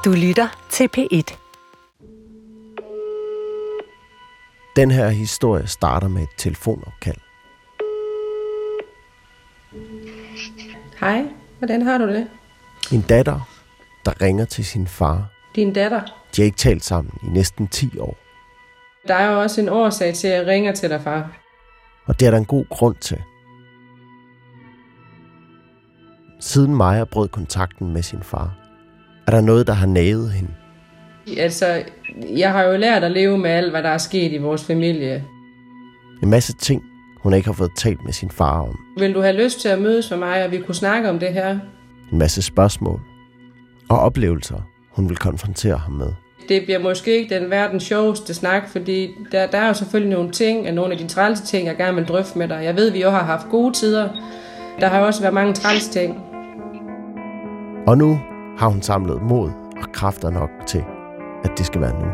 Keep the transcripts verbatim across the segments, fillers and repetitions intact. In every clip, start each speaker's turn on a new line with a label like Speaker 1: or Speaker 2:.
Speaker 1: Du lytter til P et.
Speaker 2: Den her historie starter med et telefonopkald.
Speaker 3: Hej, hvordan har du det?
Speaker 2: En datter, der ringer til sin far.
Speaker 3: Din datter?
Speaker 2: De har ikke talt sammen i næsten ti år.
Speaker 3: Der er jo også en årsag til, at jeg ringer til dig, far.
Speaker 2: Og det er der en god grund til. Siden Maja brød kontakten med sin far, er der noget, der har naget hende.
Speaker 3: Altså, jeg har jo lært at leve med alt, hvad der er sket i vores familie.
Speaker 2: En masse ting, hun ikke har fået talt med sin far om.
Speaker 3: Vil du have lyst til at mødes med mig, og vi kunne snakke om det her?
Speaker 2: En masse spørgsmål og oplevelser, hun vil konfrontere ham med.
Speaker 3: Det bliver måske ikke den verdens sjoveste snak, fordi der, der er jo selvfølgelig nogle ting, og nogle af de trælse ting, jeg gerne vil drøfte med dig. Jeg ved, vi jo har haft gode tider. Der har jo også været mange trælse ting.
Speaker 2: Og nu har hun samlet mod og kræfter nok til, at det skal være nu.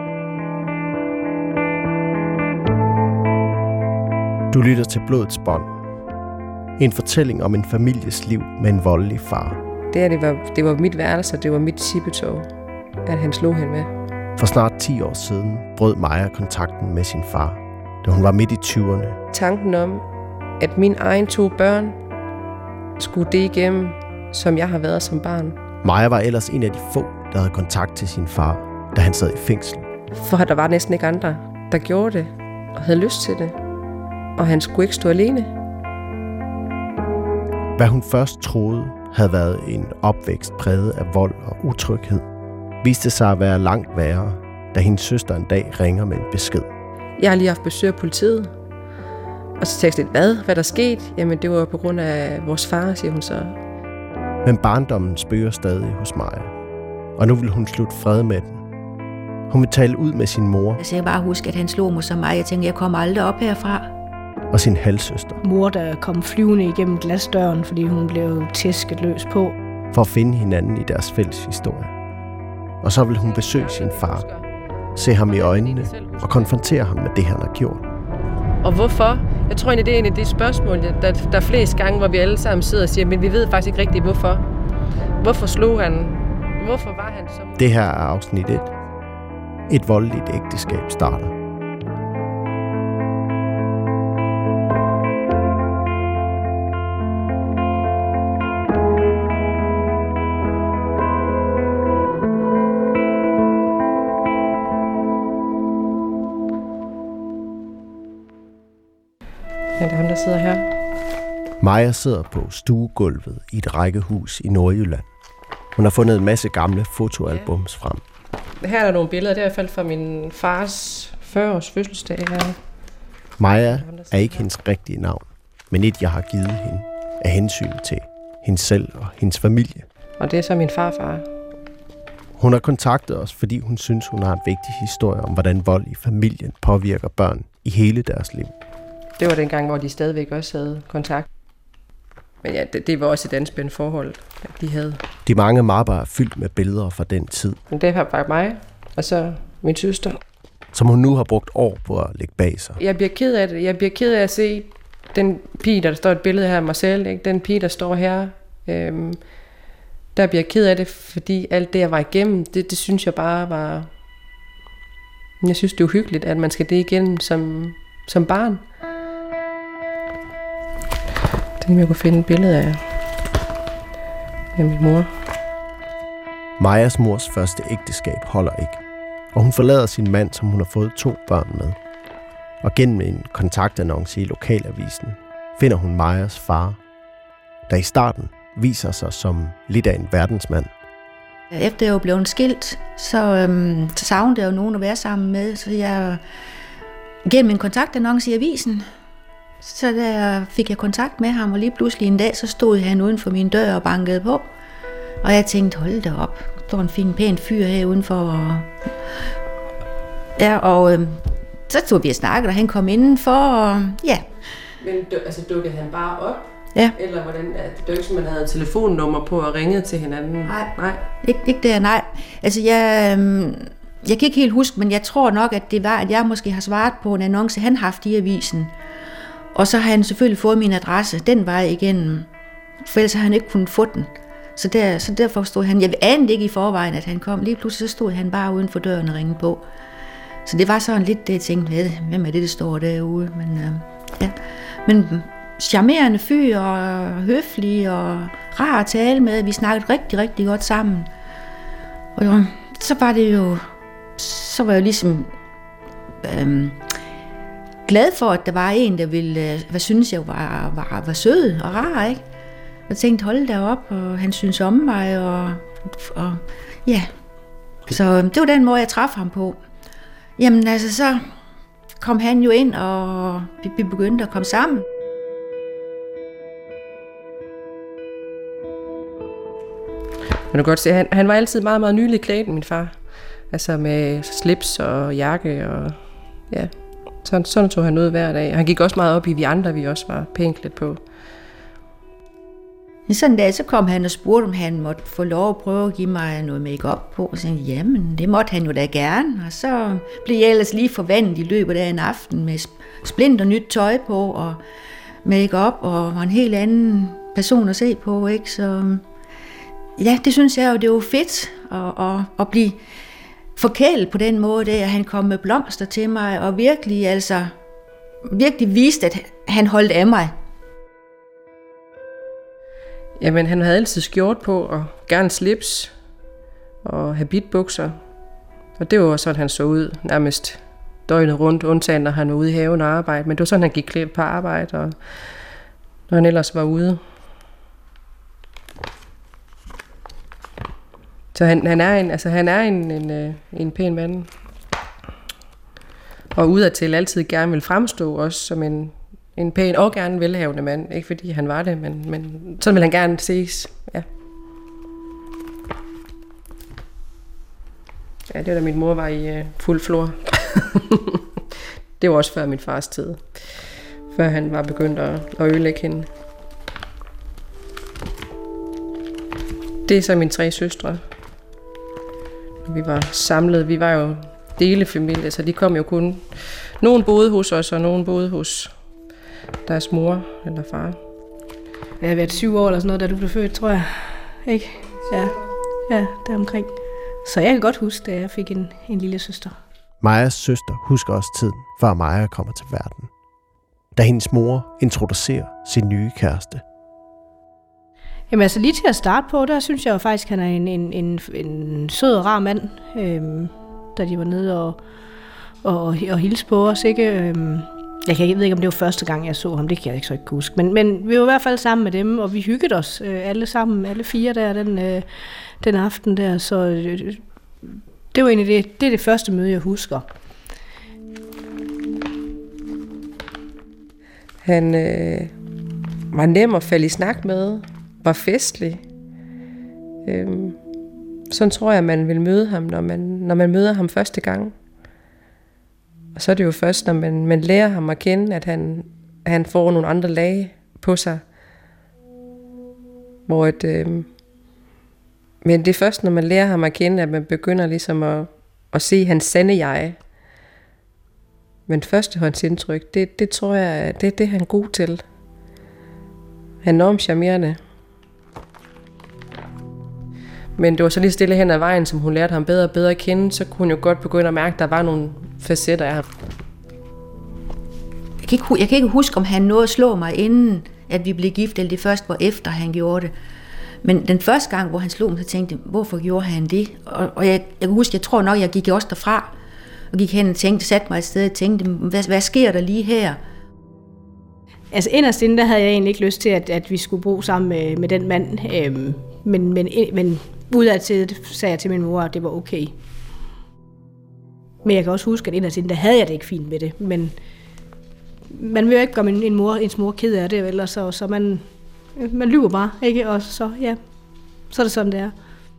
Speaker 2: Du lytter til Blodets bånd. En fortælling om en families liv med en voldelig far.
Speaker 3: Det her, det var, det var mit værelse, det var mit tippetog, at han slog hende med.
Speaker 2: For snart ti år siden brød Maja kontakten med sin far, da hun var midt i tyverne.
Speaker 3: Tanken om, at mine egne to børn skulle det igennem, som jeg har været som barn.
Speaker 2: Maja var ellers en af de få, der havde kontakt til sin far, da han sad i fængsel.
Speaker 3: For der var næsten ikke andre, der gjorde det og havde lyst til det. Og han skulle ikke stå alene.
Speaker 2: Hvad hun først troede havde været en opvækst præget af vold og utryghed, viste sig at være langt værre, da hendes søster en dag ringer med en besked.
Speaker 3: Jeg har lige haft besøg af politiet. Og så tænkte jeg, hvad? Hvad der skete? Jamen, det var på grund af vores far, siger hun så.
Speaker 2: Men barndommen spøger stadig hos Maja. Og nu vil hun slutte fred med den. Hun vil tale ud med sin mor.
Speaker 4: Altså, jeg kan bare huske, at han slog mig så meget. Jeg tænkte, jeg kommer aldrig op herfra.
Speaker 2: Og sin halvsøster.
Speaker 5: Mor, der kom flyvende igennem glasdøren, fordi hun blev tæsket løs på.
Speaker 2: For at finde hinanden i deres fælles historie. Og så vil hun besøge sin far. Se ham i øjnene og konfrontere ham med det, han har gjort.
Speaker 3: Og hvorfor? Jeg tror egentlig, det er en af de spørgsmål, der, der er flest gange, hvor vi alle sammen sidder og siger, men vi ved faktisk ikke rigtigt, hvorfor. Hvorfor slog han? Hvorfor var han så...
Speaker 2: Det her er afsnit et. Et voldeligt ægteskab starter.
Speaker 3: Ja, det er ham, der sidder her.
Speaker 2: Maja sidder på stuegulvet i et rækkehus i Nordjylland. Hun har fundet en masse gamle fotoalbums frem.
Speaker 3: Her er der nogle billeder, det er i hvert fald fra min fars fyrre års fødselsdag her.
Speaker 2: Maja er ikke hendes rigtige navn, men et, jeg har givet hende af hensyn til hende selv og hendes familie.
Speaker 3: Og det er så min farfar.
Speaker 2: Hun har kontaktet os, fordi hun synes, hun har en vigtig historie om, hvordan vold i familien påvirker børn i hele deres liv.
Speaker 3: Det var den gang, hvor de stadigvæk også havde kontakt. Men ja, det, det var også et anspændt forhold, de havde.
Speaker 2: De mange mapper er fyldt med billeder fra den tid.
Speaker 3: Men det har bare mig, og så min søster.
Speaker 2: Som hun nu har brugt år på at lægge bag sig.
Speaker 3: Jeg bliver ked af det. Jeg bliver ked af at se den pige, der står et billede her af mig selv. Ikke? Den pige, der står her. Øhm, der bliver jeg ked af det, fordi alt det, jeg var igennem, det, det synes jeg bare var... Jeg synes, det er uhyggeligt, at man skal det igennem som, som barn. Det jeg kunne finde et billede af, af min mor.
Speaker 2: Majas mors første ægteskab holder ikke, og hun forlader sin mand, som hun har fået to børn med. Og gennem en kontaktannonce i lokalavisen finder hun Majas far, der i starten viser sig som lidt af en verdensmand.
Speaker 4: Efter jeg var blevet skilt, så, øhm, så savnede jeg jo nogen at være sammen med, så jeg gennem en kontaktannonce i avisen, så der fik jeg kontakt med ham, og lige pludselig en dag, så stod han uden for min dør og bankede på. Og jeg tænkte, hold da op, der står en fin, pæn fyr her udenfor. Og ja, og øh, så stod vi og snakkede, og han kom indenfor, og ja.
Speaker 3: Men altså, dukkede han bare op?
Speaker 4: Ja.
Speaker 3: Eller hvordan, det var ikke som man havde telefonnummer på og ringede til hinanden?
Speaker 4: Nej,
Speaker 3: nej.
Speaker 4: Ikke, ikke der, nej. Altså, jeg, øh, jeg kan ikke helt huske, men jeg tror nok, at det var, at jeg måske har svaret på en annonce, han har haft i avisen. Og så har han selvfølgelig fået min adresse den vej igennem, for ellers har han ikke kunnet få den. Så, der, så derfor stod han, jeg anede ikke i forvejen, at han kom. Lige pludselig så stod han bare uden for døren og ringede på. Så det var sådan lidt det, jeg tænkte, hvem er det, der står derude? Men, øh, ja. Men charmerende fyr og høflig og rar at tale med. Vi snakkede rigtig, rigtig godt sammen. Og jo, så var det jo, så var jeg jo ligesom øh, glad for, at der var en, der ville, hvad synes jeg, var, var, var sød og rar, ikke? Jeg tænkte, hold da op, og han synes om mig, og, og ja. Så det var den måde, jeg traf ham på. Jamen altså, så kom han jo ind, og vi begyndte at komme sammen.
Speaker 3: Man kan godt se, han, han var altid meget, meget nylig klædt, min far. Altså med slips og jakke, og ja, sådan, sådan tog han ud hver dag. Han gik også meget op i, vi andre, vi også var pænt klædt på.
Speaker 4: Sådan en dag, så kom han og spurgte, om han måtte få lov at prøve at give mig noget make-up på. Og så tænkte jeg, jamen, det måtte han jo da gerne. Og så blev jeg ellers lige forvandet i løbet af en aften med splinter nyt tøj på og make-up og en helt anden person at se på, ikke? Så ja, det synes jeg jo, det var fedt at, at, at blive forkælet på den måde, at han kom med blomster til mig og virkelig, altså, virkelig viste, at han holdt af mig.
Speaker 3: Jamen, han havde altid skjort på, og gerne slips, og habitbukser. Og det var sådan, han så ud, nærmest døgnet rundt, undtagen når han var ude i haven og arbejde. Men det var sådan, han gik klædt på arbejde, og når han ellers var ude. Så han, han er en, altså han er en, en, en pæn mand. Og udadtil altid gerne vil fremstå også som en En pæn og gerne velhavende mand. Ikke fordi han var det, men, men sådan vil han gerne ses. Ja. Ja, det var da min mor var i uh, fuld flor. Det var også før min fars tid. Før han var begyndt at, at ødelægge hende. Det er så mine tre søstre. Vi var samlet. Vi var jo delefamilie, så de kom jo kun. Nogen boede hos os, og nogen boede hos deres mor eller far.
Speaker 5: Jeg har været syv år eller sådan noget, da du blev født, tror jeg. Ikke? Ja, ja, deromkring. Så jeg kan godt huske, da jeg fik en, en lille søster.
Speaker 2: Majas søster husker også tiden, før Maja kommer til verden. Da hendes mor introducerer sin nye kæreste.
Speaker 5: Jamen altså lige til at starte på, der synes jeg jo faktisk, han er en, en, en, en sød og rar mand, øhm, da de var nede og, og, og hilse på os, ikke? Øhm, Jeg, kan, jeg ved ikke, om det var første gang, jeg så ham. Det kan jeg ikke så ikke huske. Men, men vi var i hvert fald sammen med dem, og vi hyggede os øh, alle sammen, alle fire der, den, øh, den aften der. Så øh, det var egentlig det, det er det første møde, jeg husker.
Speaker 3: Han øh, var nem at falde i snak med, var festlig. Øhm, sådan tror jeg, man vil møde ham, når man, når man møder ham første gang. Og så er det jo først, når man, man lærer ham at kende, at han, han får nogle andre lag på sig. Hvor et, øh, men det er først, når man lærer ham at kende, at man begynder ligesom at, at se hans sande jeg. Men førstehåndsindtryk, det, det tror jeg, det, det er han god til. Han er enormt charmerende. Men det var så lige stille hen ad vejen, som hun lærte ham bedre og bedre at kende, så kunne hun jo godt begynde at mærke, at der var nogle facetter af ham.
Speaker 4: Jeg kan, ikke, jeg kan ikke huske, om han nåede at slå mig, inden at vi blev gift, eller det først var efter, han gjorde det. Men den første gang, hvor han slog mig, så tænkte jeg, hvorfor gjorde han det? Og, og jeg, jeg kan huske, jeg tror nok, jeg gik også derfra, og gik hen og tænkte, satte mig et sted og tænkte, hvad, hvad sker der lige her?
Speaker 5: Altså inderst inde, der havde jeg egentlig ikke lyst til, at, at vi skulle bo sammen med, med den mand. Øhm, men, men, men udadtil sagde jeg til min mor, at det var okay. Men jeg kan også huske, at inderst inde, der havde jeg det ikke fint med det. Men man vil jo ikke gøre en, en mor, ens mor ked af det, vel? Så, så man, man lyver bare, ikke? Og så, ja, så er det sådan, det er.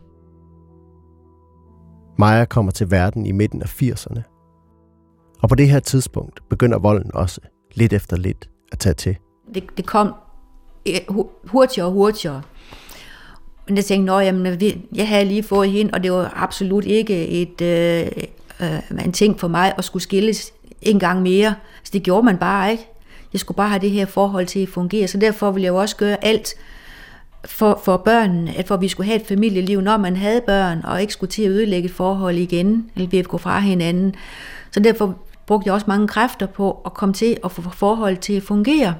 Speaker 2: Maja kommer til verden i midten af firserne. Og på det her tidspunkt begynder volden også lidt efter lidt at tage til.
Speaker 4: Det, det kom hurtigere og hurtigere. Men jeg tænkte, jamen, jeg havde lige fået hende, og det var absolut ikke et, øh, øh, en ting for mig at skulle skilles en gang mere. Så det gjorde man bare ikke. Jeg skulle bare have det her forhold til at fungere, så derfor ville jeg jo også gøre alt for, for børnene, at for vi skulle have et familieliv, når man havde børn, og ikke skulle til at ødelægge et forhold igen, eller ved at gå fra hinanden. Så derfor brugte jeg også mange kræfter på at komme til at få forhold til at fungere.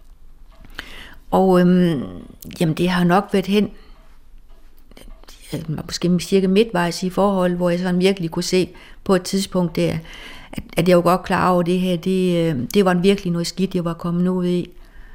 Speaker 4: Og øhm, jamen det har nok været hen, måske cirka midtvejs i forhold, hvor jeg sådan virkelig kunne se på et tidspunkt der, at, at jeg var godt klar over det her, det, det var virkelig noget skidt, jeg var kommet ud i.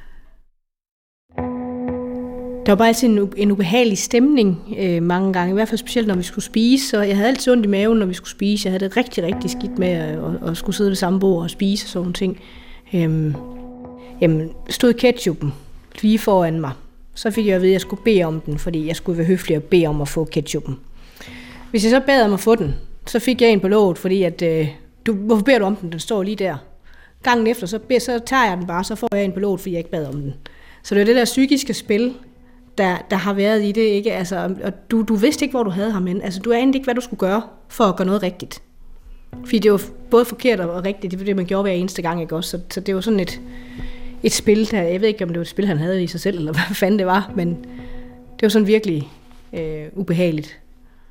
Speaker 5: Der var bare altid en, en ubehagelig stemning øh, mange gange, i hvert fald specielt når vi skulle spise, og jeg havde altid ondt i maven, når vi skulle spise. Jeg havde det rigtig, rigtig skidt med at, at, at skulle sidde ved samme bord og spise og sådan nogle ting. Øhm, jamen, stod ketchupen lige foran mig, så fik jeg at vide, at jeg skulle bede om den, fordi jeg skulle være høflig og bede om at få ketchupen. Hvis jeg så bad om at få den, så fik jeg en på låget, fordi at, øh, du, hvorfor beder du om den? Den står lige der. Gangen efter, så, beder, så tager jeg den bare, så får jeg en på låget, fordi jeg ikke bad om den. Så det var det der psykiske spil, Der, der har været i det, ikke? Altså, og du, du vidste ikke, hvor du havde ham hen. Altså, du anede ikke, hvad du skulle gøre for at gøre noget rigtigt. Fordi det var både forkert og rigtigt, det var det, man gjorde hver eneste gang, ikke også? Så, så det var sådan et, et spil, der, jeg ved ikke, om det var et spil, han havde i sig selv, eller hvad fanden det var, men det var sådan virkelig øh, ubehageligt.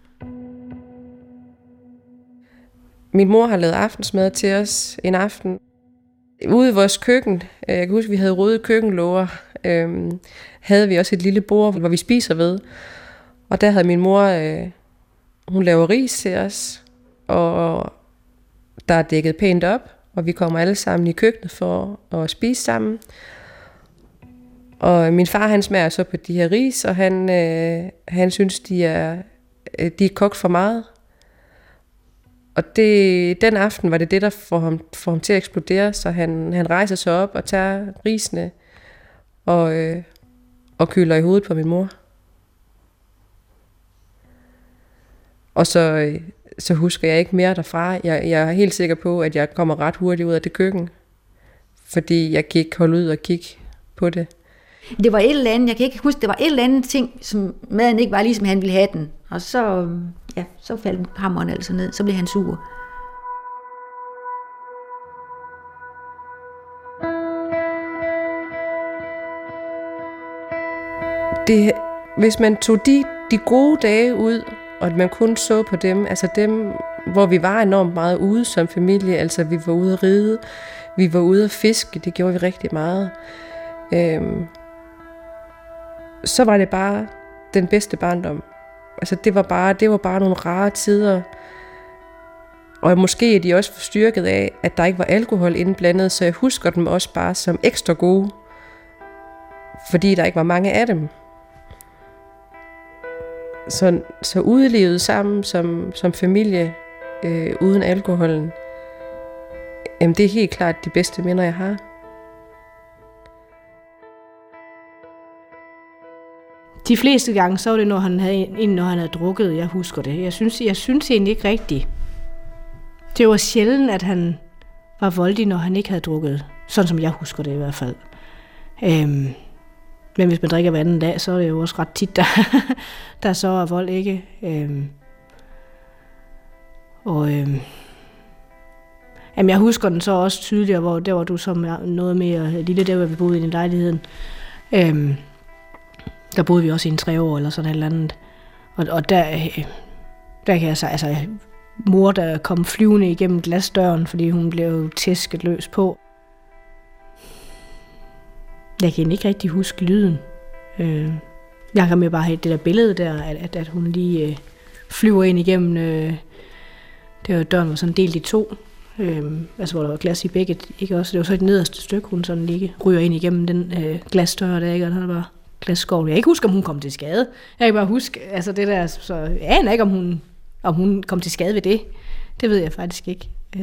Speaker 3: Min mor har lavet aftensmad til os en aften. Ude i vores køkken, jeg kan huske, at vi havde røde køkkenlåger, øhm, havde vi også et lille bord, hvor vi spiser ved. Og der havde min mor, øh, hun laver ris til os, og der er dækket pænt op, og vi kommer alle sammen i køkkenet for at spise sammen. Og min far, han smager så på de her ris, og han, øh, han synes, de er, de er kogt for meget. Og det, den aften var det det, der får ham, får ham til at eksplodere, så han, han rejser sig op og tager risene og, øh, og køler i hovedet på min mor. Og så, øh, så husker jeg ikke mere derfra. Jeg, jeg er helt sikker på, at jeg kommer ret hurtigt ud af det køkken, fordi jeg kan ikke holde ud og kigge på det.
Speaker 4: Det var et eller andet, jeg kan ikke huske, det var et eller andet ting, som maden ikke var ligesom han ville have den. Og så, ja, så faldt hammeren altså ned, så blev han sur.
Speaker 3: Det, hvis man tog de, de gode dage ud, og at man kun så på dem, altså dem, hvor vi var enormt meget ude som familie, altså vi var ude at ride, vi var ude at fiske, det gjorde vi rigtig meget. Øhm, så var det bare den bedste barndom. Altså det var bare, det var bare nogle rare tider. Og måske er de også forstyrket af, at der ikke var alkohol indblandet, så jeg husker dem også bare som ekstra gode, fordi der ikke var mange af dem. Så, så udlevet sammen som, som familie, øh, uden alkoholen, jamen det er helt klart de bedste minder, jeg har.
Speaker 5: De fleste gange, så var det, når han havde, når han havde drukket, jeg husker det. Jeg synes, jeg synes egentlig ikke rigtigt. Det var sjældent, at han var voldelig, når han ikke havde drukket. Sådan som jeg husker det i hvert fald. Øhm, men hvis man drikker hver anden dag, så er det jo også ret tit, der, der så er vold, ikke? Øhm, og øhm, jamen, jeg husker den så også tydeligere, hvor der var du som noget mere lille, der hvor vi boede i den lejligheden. Øhm, Der boede vi også i en tre år eller sådan et eller andet. Og, og der, der kan jeg sige, altså mor, der kom flyvende igennem glasdøren, fordi hun blev tæsket løs på. Jeg kan ikke rigtig huske lyden. Jeg kan mere bare have det der billede der, at, at hun lige flyver ind igennem. Det var, døren var sådan delt i to. Altså hvor der var glas i begge. Ikke også? Det var så et nederste stykke, hun sådan lige ryger ind igennem den glasdør der, ikke? Og der var glasskål. Jeg kan ikke huske, om hun kom til skade. Jeg kan bare huske, altså det der, så jeg aner ikke, om hun, om hun kom til skade ved det. Det ved jeg faktisk ikke. Ja.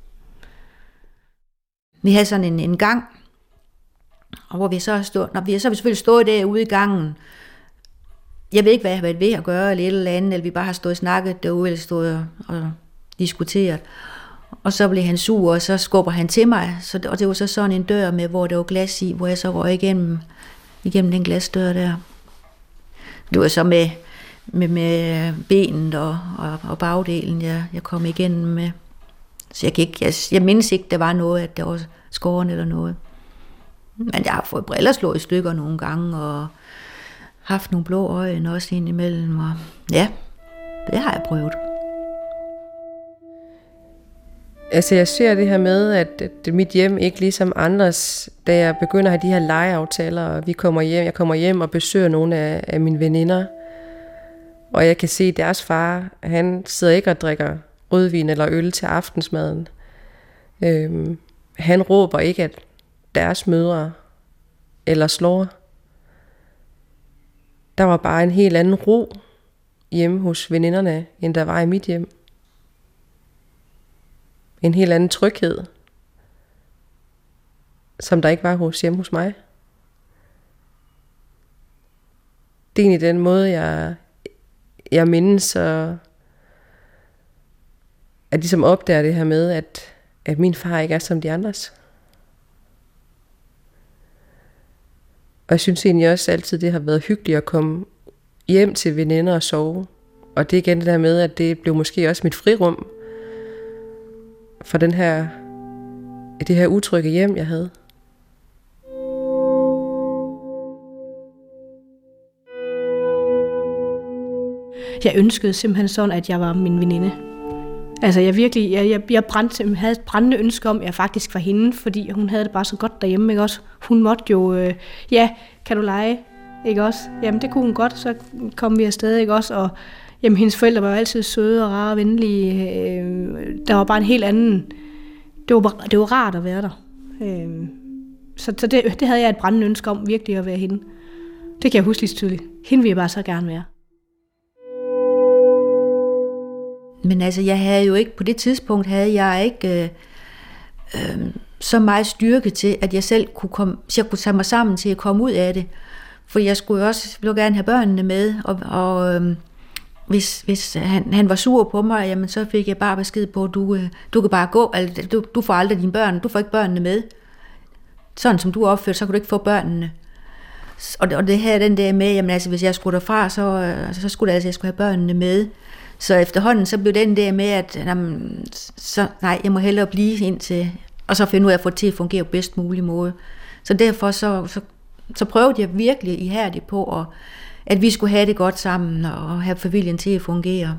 Speaker 4: Vi havde sådan en, en gang, og hvor vi så har stået, når vi så har vi selvfølgelig stået derude i gangen. Jeg ved ikke, hvad jeg har været ved at gøre, eller et eller andet, eller vi bare har stået og snakket derude, eller stået og diskuteret. Og så blev han sur, og så skubber han til mig. Så, og det var så sådan en dør med, hvor der var glas i, hvor jeg så røg igennem, igennem den glasdør der. Det var så med, med, med benet og, og, og bagdelen, jeg, jeg kom igennem med. Så jeg, kan ikke, jeg, jeg mindes ikke, der var noget, at der var skåren eller noget. Men jeg har fået briller slået i stykker nogle gange, og haft nogle blå øjne også indimellem, og ja, det har jeg prøvet.
Speaker 3: Altså jeg ser det her med, at, at mit hjem ikke ligesom andres, da jeg begynder at have de her legeaftaler, og vi kommer hjem, jeg kommer hjem og besøger nogle af, af mine veninder, og jeg kan se, at deres far, han sidder ikke og drikker rødvin eller øl til aftensmaden. Øhm, han råber ikke at deres mødre eller slår. Der var bare en helt anden ro hjemme hos veninderne, end der var i mit hjem. En helt anden tryghed, som der ikke var hos hjemme hos mig. Det er egentlig den måde, jeg, jeg mindes, og at ligesom opdager det her med, at, at min far ikke er som de andres. Og jeg synes egentlig også altid, det har været hyggeligt at komme hjem til veninder og sove. Og det er igen det der med, at det blev måske også mit frirum for den her, det her utrygge hjem, jeg havde.
Speaker 5: Jeg ønskede simpelthen sådan, at jeg var min veninde. Altså jeg virkelig, jeg, jeg, jeg brændte, havde et brændende ønske om, at jeg faktisk var hende, fordi hun havde det bare så godt derhjemme, ikke også? Hun måtte jo, øh, ja, kan du lege, ikke også? Jamen det kunne hun godt, så kom vi afsted, ikke også? Og jamen, hendes forældre var jo altid søde og rare og venlige. Øh, der var bare en helt anden, det var, det var rart at være der. Øh, så så det, det havde jeg et brændende ønske om, virkelig at være hende. Det kan jeg huske lige tydeligt. Hende ville jeg bare så gerne være.
Speaker 4: Men altså, jeg havde jo ikke, på det tidspunkt havde jeg ikke øh, øh, så meget styrke til, at jeg selv kunne komme, så jeg kunne tage mig sammen til at komme ud af det. For jeg skulle jo også, ville gerne have børnene med, og, og øh, hvis, hvis han, han var sur på mig, jamen så fik jeg bare besked på, at du, øh, du kan bare gå, altså, du, du får aldrig dine børn, du får ikke børnene med. Sådan som du opførte, så kan du ikke få børnene. Og det, og det her den der med, jamen altså, hvis jeg skulle derfra, så, øh, så skulle det altså, jeg skulle have børnene med. Så efterhånden, så blev den der med, at jamen, så, nej, jeg må hellere blive indtil, og så finde ud af at få det til at fungere på bedst mulig måde. Så derfor så, så, så prøvede jeg virkelig ihærdigt på, at, at vi skulle have det godt sammen, og have familien til at fungere.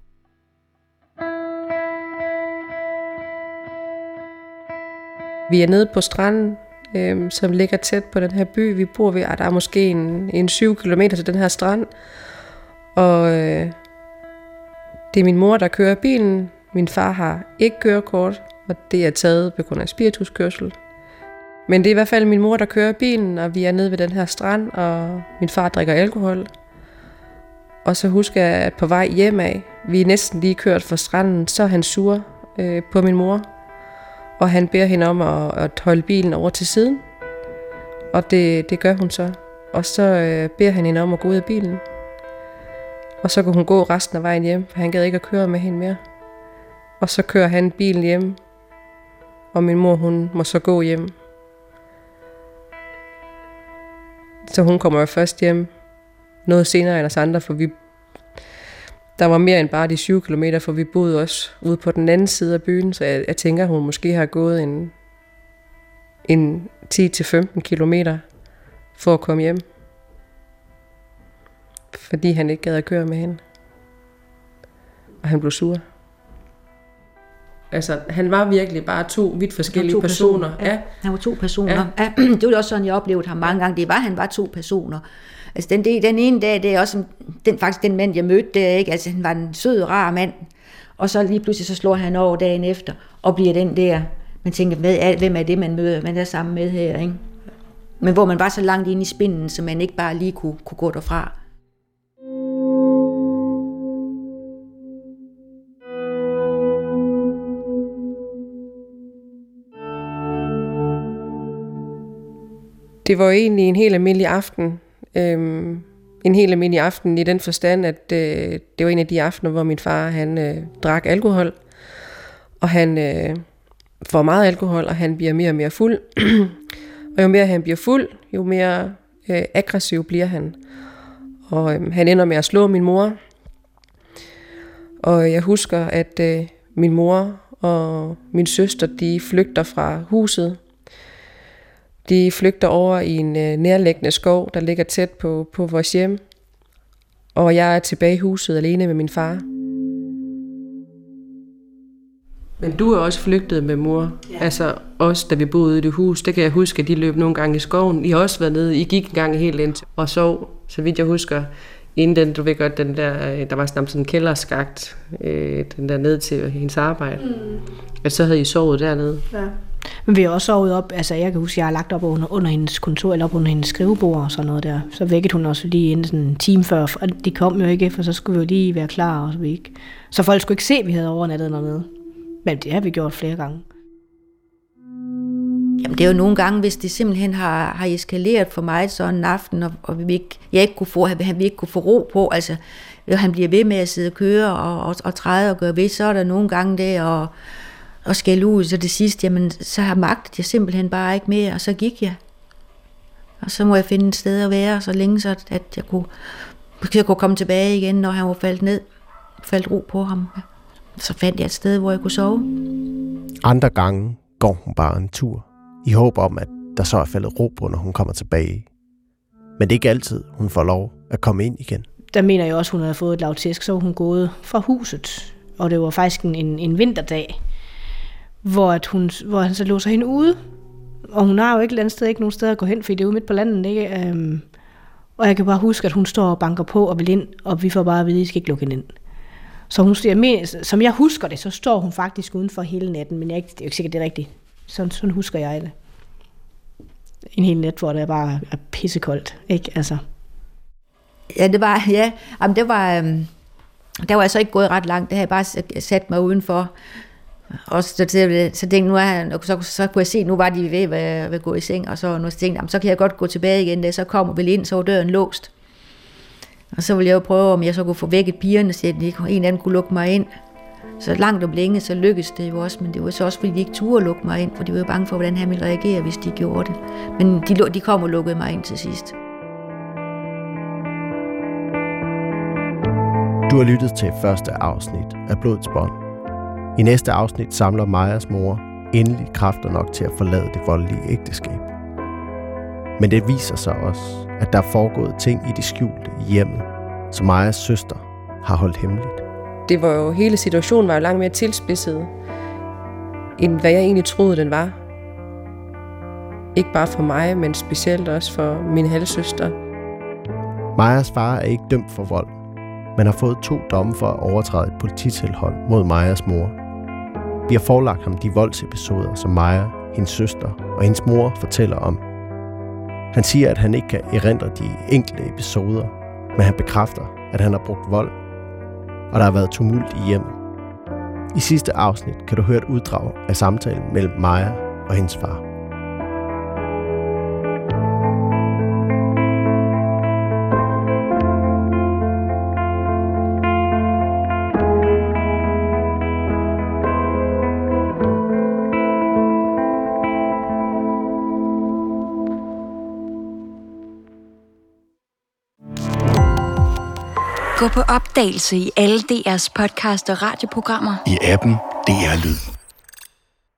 Speaker 3: Vi er nede på stranden, øh, som ligger tæt på den her by. Vi bor ved, at der er måske en, en syv kilometer til den her strand, og øh, det er min mor, der kører bilen. Min far har ikke kørekort, og det er taget på grund af spirituskørsel. Men det er i hvert fald min mor, der kører bilen, og vi er nede ved den her strand, og min far drikker alkohol. Og så husker jeg, at på vej hjem af, vi er næsten lige kørt fra stranden, så er han sur øh, på min mor. Og han beder hende om at, at holde bilen over til siden. Og det, det gør hun så. Og så øh, beder han hende om at gå ud af bilen. Og så kunne hun gå resten af vejen hjem, for han gad ikke at køre med hende mere. Og så kører han bilen hjem, og min mor, hun må så gå hjem. Så hun kommer jo først hjem noget senere end os andre, for vi, der var mere end bare de syv kilometer, for vi boede også ude på den anden side af byen, så jeg, jeg tænker, hun måske har gået en, en ti til femten kilometer for at komme hjem. Fordi han ikke gad at køre med hende. Og han blev sur. Altså, han var virkelig bare to vidt forskellige to personer. personer.
Speaker 4: Ja, han var to personer. Ja. Ja, det var også sådan, jeg oplevede ham mange gange. Det var, han var to personer. Altså, den, den ene dag, det er også den, faktisk den mand, jeg mødte der, ikke? Altså, han var en sød, rar mand. Og så lige pludselig, så slår han over dagen efter, og bliver den der, man tænker, hvem er det, man møder, man er sammen med her, ikke? Men hvor man var så langt inde i spinden, så man ikke bare lige kunne, kunne gå derfra.
Speaker 3: Det var egentlig en helt almindelig aften. Øhm, en helt almindelig aften i den forstand, at øh, det var en af de aftener, hvor min far han øh, drak alkohol. Og han øh, får meget alkohol, og han bliver mere og mere fuld. Og jo mere han bliver fuld, jo mere øh, aggressiv bliver han. Og øh, han ender med at slå min mor. Og jeg husker, at øh, min mor og min søster, de flygter fra huset. De flygter over i en øh, nærliggende skov, der ligger tæt på, på vores hjem. Og jeg er tilbage i huset alene med min far. Men du er også flygtet med mor. Ja. Altså også da vi boede i det hus, det kan jeg huske, at de løb nogle gange i skoven. I har også været nede, I gik en gang helt ind og sov, så vidt jeg husker. Inden den, du ved godt, den der, der var sådan en kælderskagt, øh, den der ned til hendes arbejde. Mm. Og så havde I sovet dernede. Ja.
Speaker 5: Men vi har også sovet op, altså jeg kan huske, jeg har lagt op under, under hendes kontor, eller op under hendes skrivebord og sådan noget der. Så vækkede hun også lige inden sådan en time før, og de kom jo ikke, for så skulle vi jo lige være klar, og så vi ikke. Så folk skulle ikke se, at vi havde overnattet dernede. Men det har vi gjort flere gange.
Speaker 4: Jamen det er jo nogle gange, hvis det simpelthen har, har eskaleret for mig sådan en aften, og, og vi ikke, jeg ikke kunne få, han, vi ikke kunne få ro på, altså han bliver ved med at sidde og køre og, og, og træde og gøre ved, så er der nogle gange det og, og skælde ud, så det sidste, jamen så har magtet jeg simpelthen bare ikke mere, og så gik jeg. Og så må jeg finde et sted at være, så længe så, at jeg kunne, jeg kunne komme tilbage igen, når han var faldet ned, faldt ro på ham. Så fandt jeg et sted, hvor jeg kunne sove.
Speaker 2: Andre gange går hun bare en tur, i håb om, at der så er faldet ro på, når hun kommer tilbage. Men det er ikke altid, hun får lov at komme ind igen.
Speaker 5: Der mener jeg også, hun havde fået et lavtæsk, så var hun gået fra huset. Og det var faktisk en, en vinterdag, hvor, at hun, hvor han så låser hende ude. Og hun har jo ikke et andet sted, ikke nogen sted at gå hen, fordi det er ude midt på landet, ikke? Um, og jeg kan bare huske, at hun står og banker på og vil ind, og vi får bare at vide, at I skal ikke lukke hende ind. Så hun, jeg mener, som jeg husker det, så står hun faktisk udenfor hele natten, men jeg er ikke, det er jo ikke sikkert, det er rigtigt. Sådan, sådan husker jeg det. En hel nat, hvor det bare er pissekoldt, ikke? Altså.
Speaker 4: Ja, det var, ja, jamen det var, øhm, der var jeg så ikke gået ret langt, det havde jeg bare sat mig udenfor. Og så, så, så tænkte nu er han, så, så kunne jeg se, nu var de ved at, at gå i seng, og så, nu tænkte jeg, så kan jeg godt gå tilbage igen, da så kommer vel ind, så var døren låst. Og så ville jeg jo prøve, om jeg så kunne få vækket pigerne, så en anden kunne lukke mig ind. Så langt om længe, så lykkedes det jo også, men det var så også, fordi de ikke turde lukke mig ind, for de var jo bange for, hvordan han ville reagere, hvis de gjorde det. Men de, de kom og lukkede mig ind til sidst.
Speaker 2: Du har lyttet til første afsnit af Blodets Bånd. I næste afsnit samler Majas mor endelig kræfter nok til at forlade det voldelige ægteskab. Men det viser sig også, at der er foregået ting i det skjulte i hjemmet, som Majas søster har holdt hemmeligt.
Speaker 3: Det var jo, hele situationen var jo langt mere tilspidset, end hvad jeg egentlig troede, den var. Ikke bare for mig, men specielt også for min halvsøster.
Speaker 2: Majas far er ikke dømt for vold, men har fået to domme for at overtræde et polititilhold mod Majas mor. Vi har forelagt ham de voldsepisoder, som Maja, hendes søster og hendes mor fortæller om. Han siger, at han ikke kan erindre de enkelte episoder, men han bekræfter, at han har brugt vold, og der har været tumult i hjemmet. I sidste afsnit kan du høre et uddrag af samtalen mellem Maja og hendes far.
Speaker 1: Gå på opdagelse i alle D R's podcast og radioprogrammer.
Speaker 6: I appen D R Lyd.